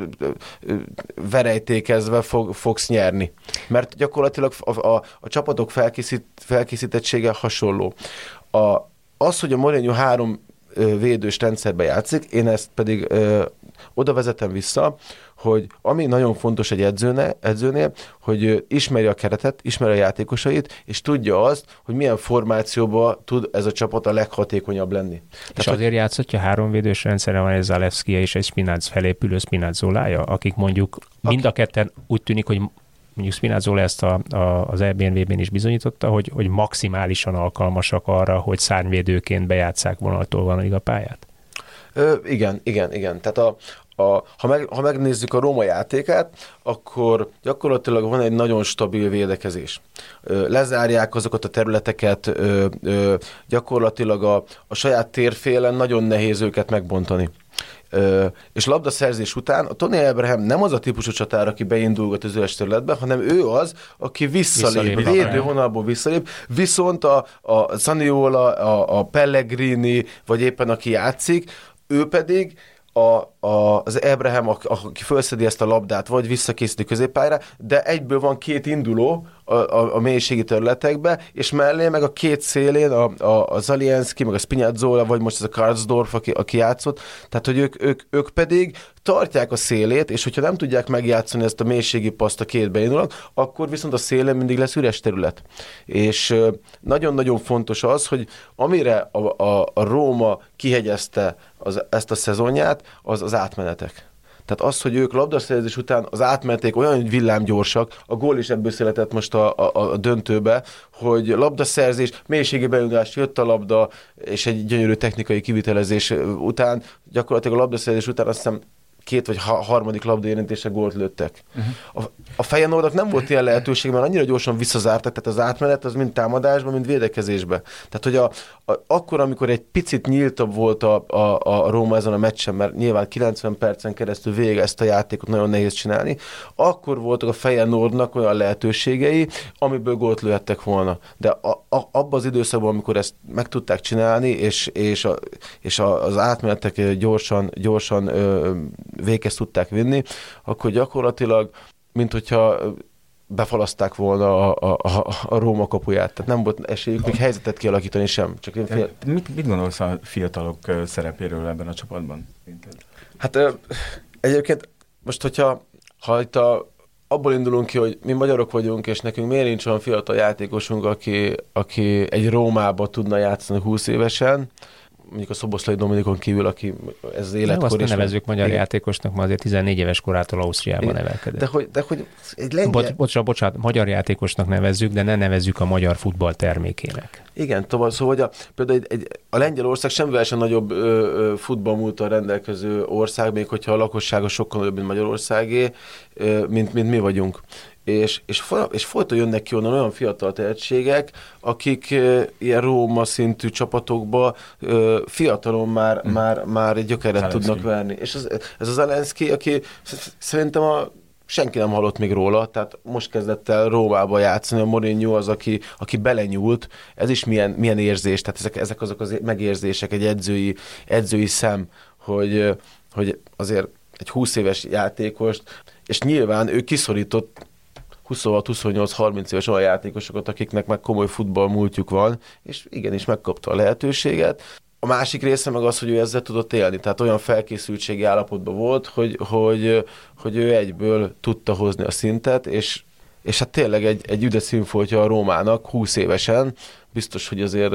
verejtékezve fog, fogsz nyerni. Mert gyakorlatilag a, a, a csapatok felkészít, felkészítettsége hasonló. A, az, hogy a Mourinho három védős rendszerbe játszik, én ezt pedig ö, oda vezetem vissza, hogy ami nagyon fontos egy edzőne, edzőnél, hogy ismeri a keretet, ismeri a játékosait, és tudja azt, hogy milyen formációban tud ez a csapat a leghatékonyabb lenni. És Tehát, azért játszott, hogy három védős rendszere van, egy Zalewski és egy Spinazz felépülő Spinazzolája, akik mondjuk mind a ketten úgy tűnik, hogy mondjuk Spinazzola ezt a, a, az é bé en vé-ben is bizonyította, hogy, hogy maximálisan alkalmasak arra, hogy szárnyvédőként bejátsszák vonaltól vonalig a pályát. Ö, igen, igen, igen. Tehát a, a, ha, meg, ha megnézzük a Róma játékát, akkor gyakorlatilag van egy nagyon stabil védekezés. Ö, lezárják azokat a területeket, ö, ö, gyakorlatilag a, a saját térfélen nagyon nehéz őket megbontani. Ö, és labdaszerzés után a Tony Abraham nem az a típusú csatár, aki beindulgat az üres területbe, hanem ő az, aki visszalép, visszalép védővonalból visszalép, viszont a, a Zaniolo, a, a Pellegrini, vagy éppen aki játszik, ő pedig a, a, az Abraham, aki felszedi ezt a labdát, vagy visszakészíti középpályára, de egyből van két induló a, a, a mélységi területekbe, és mellé meg a két szélén a, a, a Zalewski, meg a Spinazzola, vagy most ez a Karsdorf, aki, aki játszott, tehát hogy ők, ők, ők pedig tartják a szélét, és hogyha nem tudják megjátszani ezt a mélységi paszt a két beindulónak, akkor viszont a szélén mindig lesz üres terület. És nagyon-nagyon fontos az, hogy amire a, a, a Róma kihegyezte az, ezt a szezonját, az az átmenetek. Tehát az, hogy ők labdaszerzés után az átmeneték olyan villámgyorsak, a gól is ebből született most a, a, a döntőbe, hogy labdaszerzés, mélységi beindulás, jött a labda, és egy gyönyörű technikai kivitelezés után, gyakorlatilag a labdaszerzés után azt hiszem két vagy ha, harmadik labdaérintésre gólt lőttek. Uh-huh. A, a Feyenoordnak nem volt ilyen lehetőség, mert annyira gyorsan visszazártak, tehát az átmenet az mind támadásban, mind védekezésben. Tehát, hogy a, a, akkor, amikor egy picit nyíltabb volt a, a, a Róma ezen a meccsen, mert nyilván kilencven percen keresztül végig ezt a játékot nagyon nehéz csinálni, akkor voltak a Feyenoordnak olyan lehetőségei, amiből gólt lőhettek volna. De a, a, abban az időszakban, amikor ezt meg tudták csinálni, és, és, a, és a, az átmenetek gyorsan, gyorsan ö, véghez tudták vinni, akkor gyakorlatilag, mint hogyha befalaszták volna a, a, a, a Róma kapuját. Tehát nem volt esélyük még helyzetet kialakítani sem. Csak én fél... mit, mit gondolsz a fiatalok szerepéről ebben a csapatban? Hát egyébként most, hogyha ha itt a, abból indulunk ki, hogy mi magyarok vagyunk, és nekünk miért nincs olyan fiatal játékosunk, aki, aki egy Rómába tudna játszani húsz évesen, mondjuk a Szoboszlai Dominikon kívül, aki ez az életkor... Nem, azt ne nevezzük magyar igen. játékosnak, ma azért tizennégy éves korától Ausztriában igen. nevelkedett. De hogy, de hogy egy lengyel... Bocs, bocsánat, bocsánat, magyar játékosnak nevezzük, de ne nevezzük a magyar futball termékének. Igen, tovább, szóval hogy a, például egy, egy, a Lengyelország semmivel sem nagyobb ö, ö, futballmúlttal rendelkező ország, még hogyha a lakossága sokkal nagyobb, mint Magyarországé, ö, mint, mint mi vagyunk. És, és, és folyton jönnek ki onnan olyan fiatal tehetségek, akik e, ilyen Róma szintű csapatokba e, fiatalon már, mm. már, már egy gyökeret Zelenszky. tudnak verni. És ez, ez az Zelenszky, aki szerintem a, senki nem hallott még róla, tehát most kezdett el Rómába játszani, a Mourinho az, aki, aki belenyúlt. Ez is milyen, milyen érzés, tehát ezek, ezek azok az megérzések, egy edzői, edzői szem, hogy, hogy azért egy húsz éves játékost, és nyilván ő kiszorított huszonhat, huszonnyolc, harminc éves olyan játékosokat, akiknek meg komoly futball múltjuk van, és igenis megkapta a lehetőséget. A másik része meg az, hogy ő ezzel tudott élni, tehát olyan felkészültségi állapotban volt, hogy, hogy, hogy ő egyből tudta hozni a szintet, és, és hát tényleg egy, egy üde színfoltja a Rómának húsz évesen, biztos, hogy azért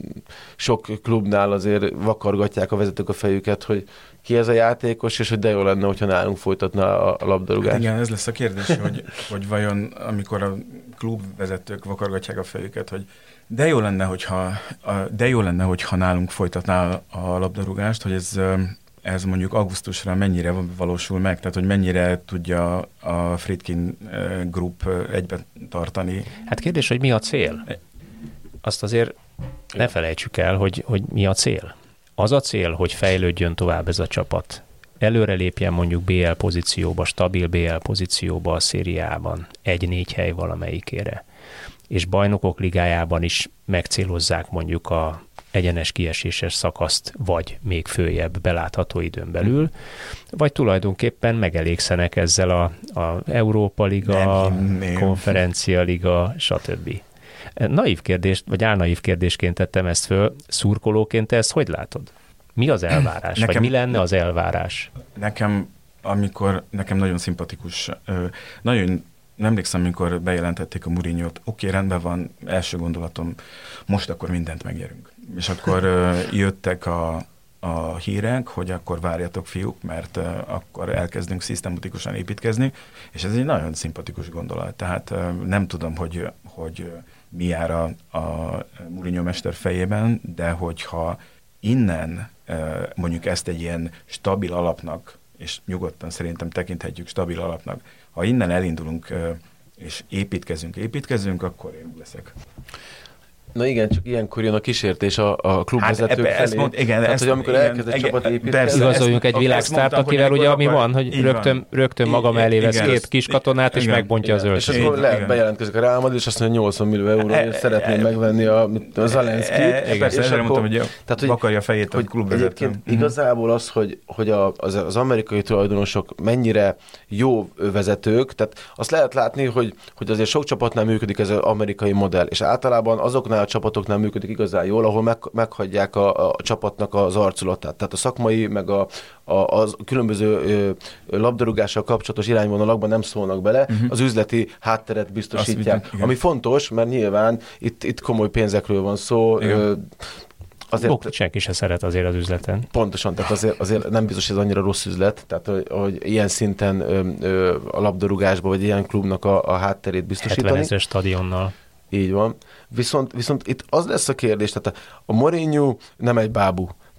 sok klubnál azért vakargatják a vezetők a fejüket, hogy ki ez a játékos, és hogy de jó lenne, hogyha nálunk folytatna a labdarúgást. Hát igen, ez lesz a kérdés, hogy, hogy vajon amikor a klubvezetők vakargatják a fejüket, hogy de jó lenne, hogyha, de jó lenne, hogyha nálunk folytatná a labdarúgást, hogy ez, ez mondjuk augusztusra mennyire valósul meg, tehát hogy mennyire tudja a Friedkin Group egybe tartani. Hát kérdés, hogy mi a cél? Azt azért ne felejtsük el, hogy, hogy mi a cél. Az a cél, hogy fejlődjön tovább ez a csapat. Előrelépjen mondjuk bé el pozícióba, stabil bé el pozícióba a szériában, egy-négy hely valamelyikére. És bajnokok ligájában is megcélozzák mondjuk a egyenes kieséses szakaszt, vagy még följebb belátható időn belül, vagy tulajdonképpen megelégszenek ezzel a, a Európa Liga, nem, nem. Konferencia Liga, stb. Naív kérdést, vagy álnaív kérdésként tettem ezt föl, szurkolóként te ezt hogy látod? Mi az elvárás? Nekem, vagy mi lenne az elvárás? Nekem, amikor, nekem nagyon szimpatikus, nagyon nem emlékszem, amikor bejelentették a Mourinhót, oké, okay, rendben van, első gondolatom, most akkor mindent megnyerünk. És akkor jöttek a, a hírek, hogy akkor várjatok fiúk, mert akkor elkezdünk szisztematikusan építkezni, és ez egy nagyon szimpatikus gondolat. Tehát nem tudom, hogy, hogy mi jár a, a Mourinho mester fejében, de hogyha innen mondjuk ezt egy ilyen stabil alapnak, és nyugodtan szerintem tekinthetjük stabil alapnak, ha innen elindulunk és építkezünk, építkezünk, akkor én leszek. Na igen, csak ilyenkor jön a kísértés a, a klubvezetők hát felé. Mond, igen, Tehát, hogy amikor elkezd egy csapat építkezni. Igazoljunk egy világsztárt, akivel ugye ami van, hogy rögtön, rögtön maga mellé vesz két kis katonát, és igen, megbontja igen, az öltönyt. És akkor lehet bejelentkezik a Real Madrid, és azt mondja, hogy nyolcvan millió euró, hogy szeretném megvenni a, a Zelenszkit. Persze, ezzel mondtam, hogy vakarja a fejét a klubvezető. Egyébként igazából az, hogy, hogy a, az, az amerikai tulajdonosok mennyire jó vezetők, tehát azt lehet látni, hogy, hogy azért sok csapatnál működik ez az amerikai modell, és általában azoknál a csapatoknál működik igazán jól, ahol meg, meghagyják a, a csapatnak az arculatát. Tehát a szakmai, meg a, a, a különböző ö, labdarúgással kapcsolatos irányvonalakban nem szólnak bele, uh-huh. az üzleti hátteret biztosítják. Vigyont, ami fontos, mert nyilván itt, itt komoly pénzekről van szó. Ö, Azért, senki se szeret azért az üzleten. Pontosan, tehát azért, azért nem biztos, hogy ez annyira rossz üzlet, tehát hogy, hogy ilyen szinten ö, ö, a labdarúgásba, vagy ilyen klubnak a, a hátterét biztosítani. hetven ezer stadionnal. Így van. Viszont, viszont itt az lesz a kérdés, tehát a Mourinho nem egy bábú.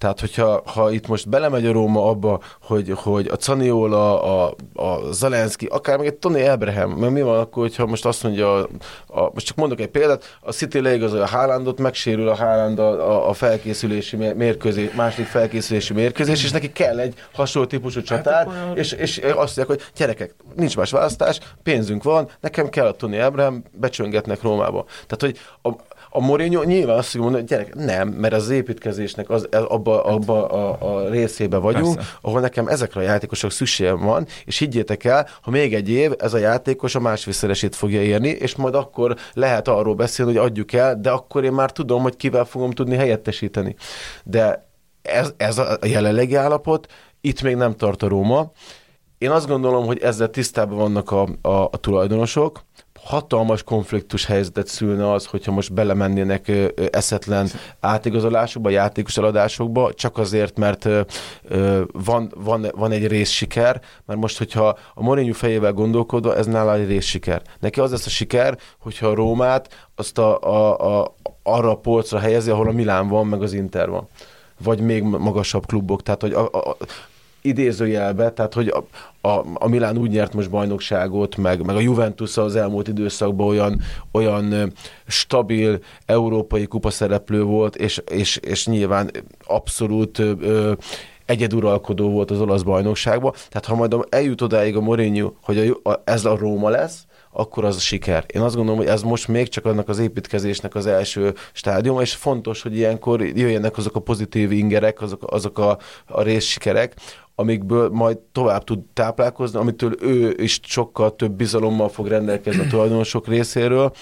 Tehát, hogyha ha itt most belemegy a Róma abba, hogy, hogy a Zaniolo, a, a Zelenszky, akár meg egy Tony Abraham, mert mi van akkor, hogyha most azt mondja, a, a, most csak mondok egy példát, a City leigazolja a Haalandot, megsérül a Haaland a, a felkészülési mérkőzés, második felkészülési mérkőzés, és neki kell egy hasonló típusú csatár, hát, és, és azt mondják, hogy gyerekek, nincs más választás, pénzünk van, nekem kell a Tony Abraham, becsöngetnek Rómába. Tehát, hogy a, a Mourinho nyilván azt mondja, hogy gyerek, nem, mert az építkezésnek az, abba, abba a, a részébe vagyunk, persze, ahol nekem ezekre a játékosok szükségem van, és higgyétek el, ha még egy év ez a játékos a másfélszeresét fogja érni, és majd akkor lehet arról beszélni, hogy adjuk el, de akkor én már tudom, hogy kivel fogom tudni helyettesíteni. De ez, ez a jelenlegi állapot, itt még nem tart a Róma. Én azt gondolom, hogy ezzel tisztában vannak a, a, a tulajdonosok. Hatalmas konfliktus helyzetet szülne az, hogyha most belemennének ö, ö, eszetlen átigazolásokba, játékos eladásokba, csak azért, mert ö, ö, van, van, van egy részsiker, mert most, hogyha a Mourinho fejével gondolkodva, ez nála egy részsiker. Neki az lesz a siker, hogyha a Rómát azt a, a, a, arra a polcra helyezi, ahol a Milán van, meg az Inter van. Vagy még magasabb klubok. Tehát, hogy a, a, idézőjelbe, tehát hogy a, a, a Milán úgy nyert most bajnokságot, meg, meg a Juventus az elmúlt időszakban olyan, olyan stabil európai kupaszereplő volt, és, és, és nyilván abszolút ö, egyeduralkodó volt az olasz bajnokságban. Tehát ha majd eljut odáig a Mourinho, hogy a, a, ez a Róma lesz, akkor az a siker. Én azt gondolom, hogy ez most még csak annak az építkezésnek az első stádiuma, és fontos, hogy ilyenkor jöjjenek azok a pozitív ingerek, azok, azok a, a részsikerek, amikből majd tovább tud táplálkozni, amitől ő is sokkal több bizalommal fog rendelkezni a tulajdonosok részéről,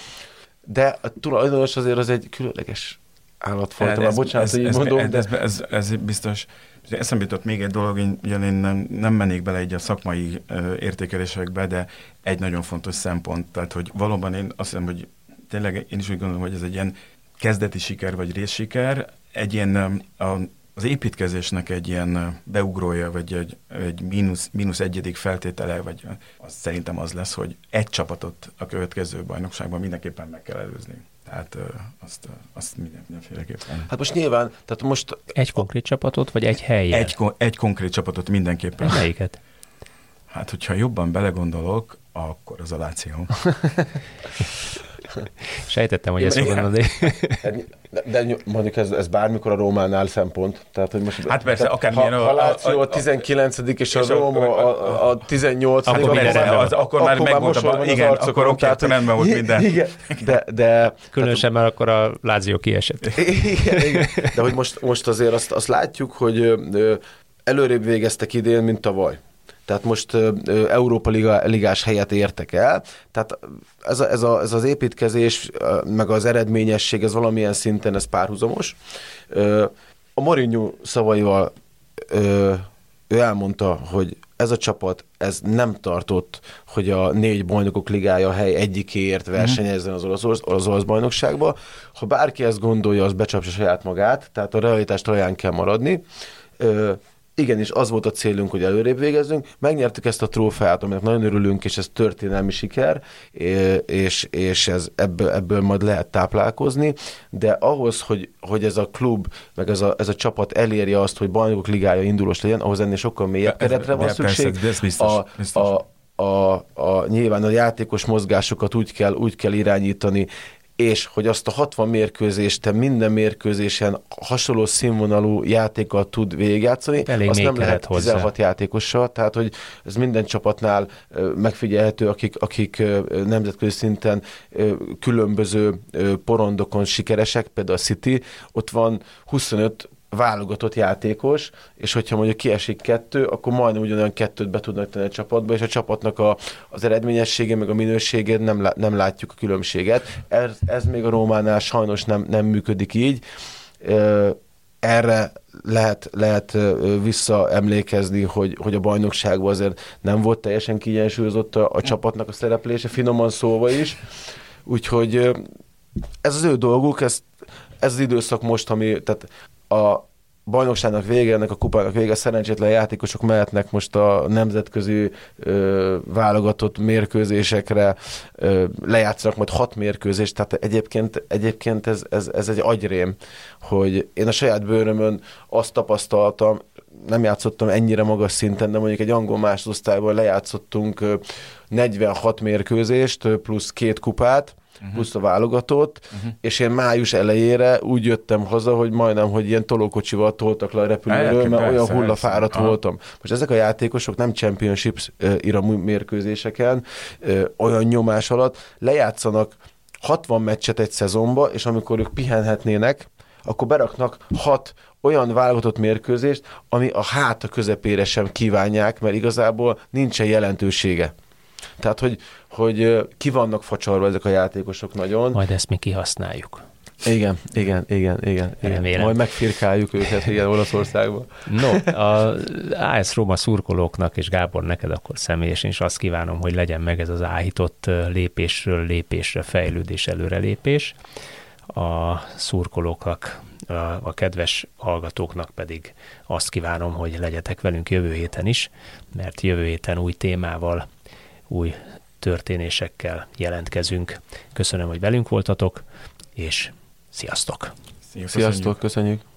de a tulajdonos azért az egy különleges állatfajta. Ez, bocsánat, ez, hogy így ez, mondom, ez, de... ez, ez, ez biztos. Eszembe jutott még egy dolog, én, én nem, nem mennék bele egy a szakmai uh, értékelésekbe, de egy nagyon fontos szempont, tehát hogy valóban én azt hiszem, hogy tényleg én is úgy gondolom, hogy ez egy ilyen kezdeti siker vagy részsiker, egy ilyen a, az építkezésnek egy ilyen beugrója, vagy egy, egy mínusz, mínusz egyedik feltétele, vagy az, szerintem az lesz, hogy egy csapatot a következő bajnokságban mindenképpen meg kell előzni. Tehát uh, azt, uh, azt minden, mindenféleképpen. Hát most nyilván, tehát most... Egy konkrét csapatot, vagy egy helyen? Egy, egy konkrét csapatot mindenképpen. Melyiket? Hát, hogyha jobban belegondolok, akkor az a Láció. Sejtettem, hogy ezt fog gondolni. De, de mondjuk ez, ez bármikor a Rómánál szempont. Tehát, hogy most, hát persze, akármilyen ha, a... Ha Láció a tizenkilencedik és a Róma a, a tizennyolcadik Akkor, akkor, már, az, akkor már megvolt a... Igen, akkor oké, akkor rendben volt minden. Igen, de, de, különösen, mert akkor a Láció kiesett. Igen, igen. De hogy most, most azért azt, azt látjuk, hogy előrébb végeztek idén, mint tavaly. Tehát most uh, Európa Liga, ligás helyet értek el. Tehát ez, a, ez, a, ez az építkezés, uh, meg az eredményesség, ez valamilyen szinten ez párhuzamos. Uh, a Mourinho szavaival uh, ő elmondta, hogy ez a csapat, ez nem tartott, hogy a négy bajnokok ligája hely egyikéért versenyezzen az olasz, az olasz bajnokságba. Ha bárki ezt gondolja, az becsapja saját magát, tehát a realitás talaján kell maradni. Uh, Igenis, az volt a célunk, hogy előrébb végezzünk. Megnyertük ezt a trófeát, aminek nagyon örülünk, és ez történelmi siker, és, és ez ebből, ebből majd lehet táplálkozni, de ahhoz, hogy, hogy ez a klub, meg ez a, ez a csapat elérje azt, hogy bajnokok ligája indulós legyen, ahhoz ennél sokkal mélyebb keretre van szükség. Persze, ez biztos, a, biztos. A, a, a, nyilván a játékos mozgásokat úgy kell, úgy kell irányítani, és hogy azt a hatvan mérkőzést te minden mérkőzésen hasonló színvonalú játékkal tud végigjátszani, elég azt nem lehet hozzá. tizenhat játékossal, tehát hogy ez minden csapatnál megfigyelhető, akik, akik nemzetközi szinten különböző porondokon sikeresek, például a City, ott van huszonöt válogatott játékos, és hogyha mondjuk kiesik kettő, akkor majdnem ugyanolyan kettőt be tudnak tenni a csapatba, és a csapatnak a, az eredményessége, meg a minőségét nem, nem látjuk a különbséget. Ez, ez még a Rómánál sajnos nem, nem működik így. Erre lehet, lehet visszaemlékezni, hogy, hogy a bajnokságban azért nem volt teljesen kiegyensúlyozott a, a csapatnak a szereplése, finoman szólva is. Úgyhogy ez az ő dolguk, ez, ez az időszak most, ami, tehát a bajnokságnak vége, ennek a kupának vége, szerencsétlen játékosok mehetnek most a nemzetközi ö, válogatott mérkőzésekre, ö, lejátszanak majd hat mérkőzést, tehát egyébként, egyébként ez, ez, ez egy agyrém, hogy én a saját bőrömön azt tapasztaltam, nem játszottam ennyire magas szinten, de mondjuk egy angol másodosztályban lejátszottunk negyvenhat mérkőzést, plusz két kupát, uh-huh. plusz a válogatót, uh-huh. és én május elejére úgy jöttem haza, hogy majdnem, hogy ilyen tolókocsival toltak le a repülőről, mert olyan hullafáradt voltam. Most ezek a játékosok nem championship iramú mérkőzéseken, olyan nyomás alatt lejátszanak hatvan meccset egy szezonba, és amikor ők pihenhetnének, akkor beraknak hat olyan válogatott mérkőzést, ami a háta közepére sem kívánják, mert igazából nincsen jelentősége. Tehát, hogy, hogy ki vannak facsarva ezek a játékosok nagyon. Majd ezt mi kihasználjuk. Igen, igen, igen, igen. igen. Majd megfirkáljuk őket, igen, Olaszországban. No, az á es Róma szurkolóknak, és Gábor, neked akkor személyesen is azt kívánom, hogy legyen meg ez az áhított lépésről lépésre fejlődés, előrelépés. A szurkolóknak, a, a kedves hallgatóknak pedig azt kívánom, hogy legyetek velünk jövő héten is, mert jövő héten új témával, új történésekkel jelentkezünk. Köszönöm, hogy velünk voltatok, és sziasztok! Sziasztok, köszönjük!